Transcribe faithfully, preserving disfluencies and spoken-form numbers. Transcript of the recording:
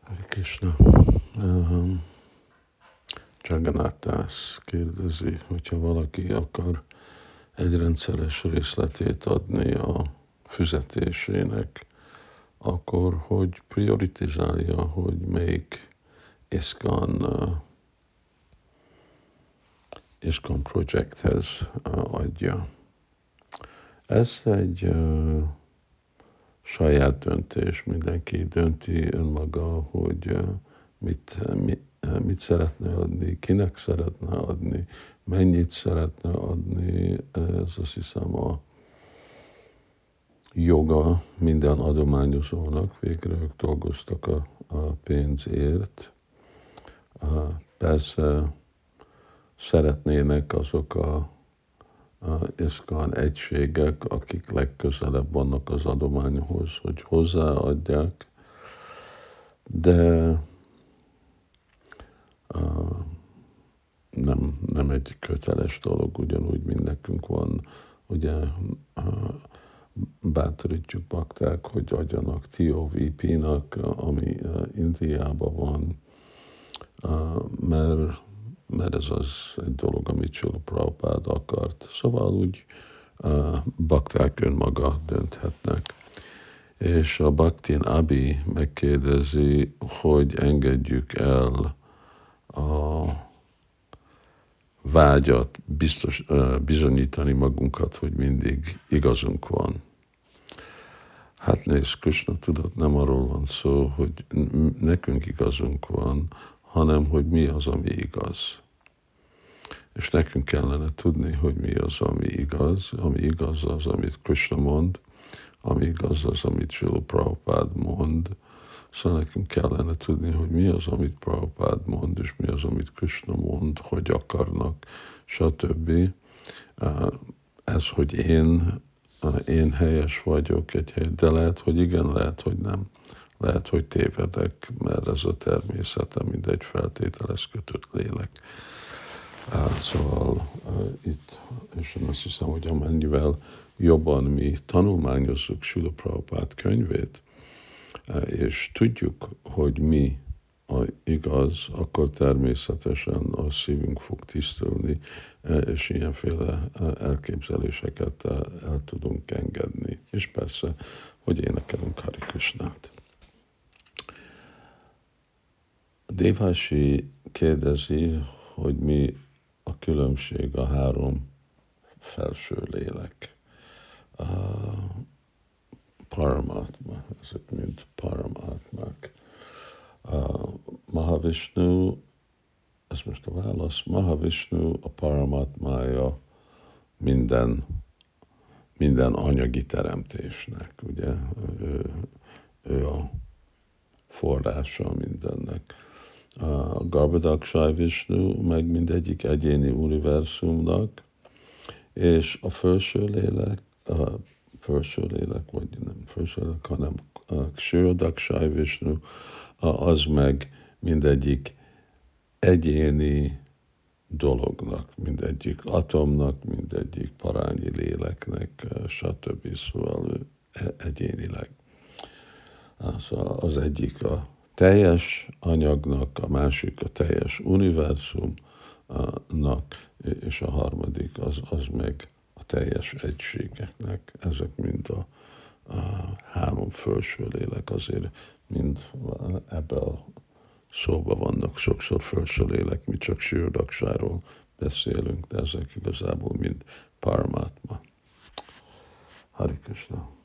Hare Krishna. Um, Jagannathász kérdezi, hogyha valaki akar egy rendszeres részletét adni a fizetésének, akkor hogy prioritizálja, hogy melyik ISKCON, uh, ISKCON projekthez uh, adja. Ez egy uh, saját döntés, mindenki dönti önmaga, hogy uh, mit, mit, mit szeretne adni, kinek szeretne adni, mennyit szeretne adni. Ez azt hiszem a joga minden adományozónak, végre ők dolgoztak a, a pénzért. Persze szeretnének azok a, a ISKCON egységek, akik legközelebb vannak az adományhoz, hogy hozzáadják, de uh, nem, nem egy köteles dolog, ugyanúgy, mint nekünk van, ugye uh, bátorítjuk bakták, hogy adjanak té o vé pé-nak, ami uh, Indiában van, uh, mert, mert ez az egy dolog, amit Srila Prabhupád akart. Szóval úgy uh, bakták önmaga dönthetnek. És a Bhaktin Abhi megkérdezi, hogy engedjük el a vágyat biztos, bizonyítani magunkat, hogy mindig igazunk van. Hát nézd, Krishna tudod, nem arról van szó, hogy nekünk igazunk van, hanem hogy mi az, ami igaz. És nekünk kellene tudni, hogy mi az, ami igaz. Ami igaz az, amit Krishna mond, ami igaz az, amit Srila Prabhupád mond. Szóval nekünk kellene tudni, hogy mi az, amit Prabhupád mond, és mi az, amit Krishna mond, hogy akarnak, stb. Ez, hogy én, én helyes vagyok egy hely, de lehet, hogy igen, lehet, hogy nem. Lehet, hogy tévedek, mert ez a természete, mint egy feltételes kötött lélek. Szóval itt, és én azt hiszem, hogy amennyivel jobban mi tanulmányozzuk Srila Prabhupád könyvét, és tudjuk, hogy mi a igaz, akkor természetesen a szívünk fog tisztulni, és ilyenféle elképzeléseket el tudunk engedni. És persze, hogy énekelünk Hare Krishnát. Devási kérdezi, hogy mi a különbség a három felső lélek. A Paramatma, ezek mind Paramatmák. A Mahavishnu, ez most a válasz, Mahavishnu a Paramatmája minden, minden anyagi teremtésnek, ugye, ő, ő a forrása mindennek. A Garbhadakshay Vishnu meg mindegyik egyéni univerzumnak, és a felső lélek, a felső lélek, vagy nem felső lélek, hanem a Kshirodakshay Vishnu, az meg mindegyik egyéni dolognak, mindegyik atomnak, mindegyik parányi léleknek, stb. Szóval egyénileg. Szóval az egyik a teljes anyagnak, a másik a teljes univerzumnak, és a harmadik az, az meg a teljes egységeknek. Ezek mind a, a három felső lélek, azért mind ebbe a szóba vannak sokszor felső lélek, mi csak Kshirodakshayról beszélünk, de ezek igazából mind Paramatma. Hare Krishna.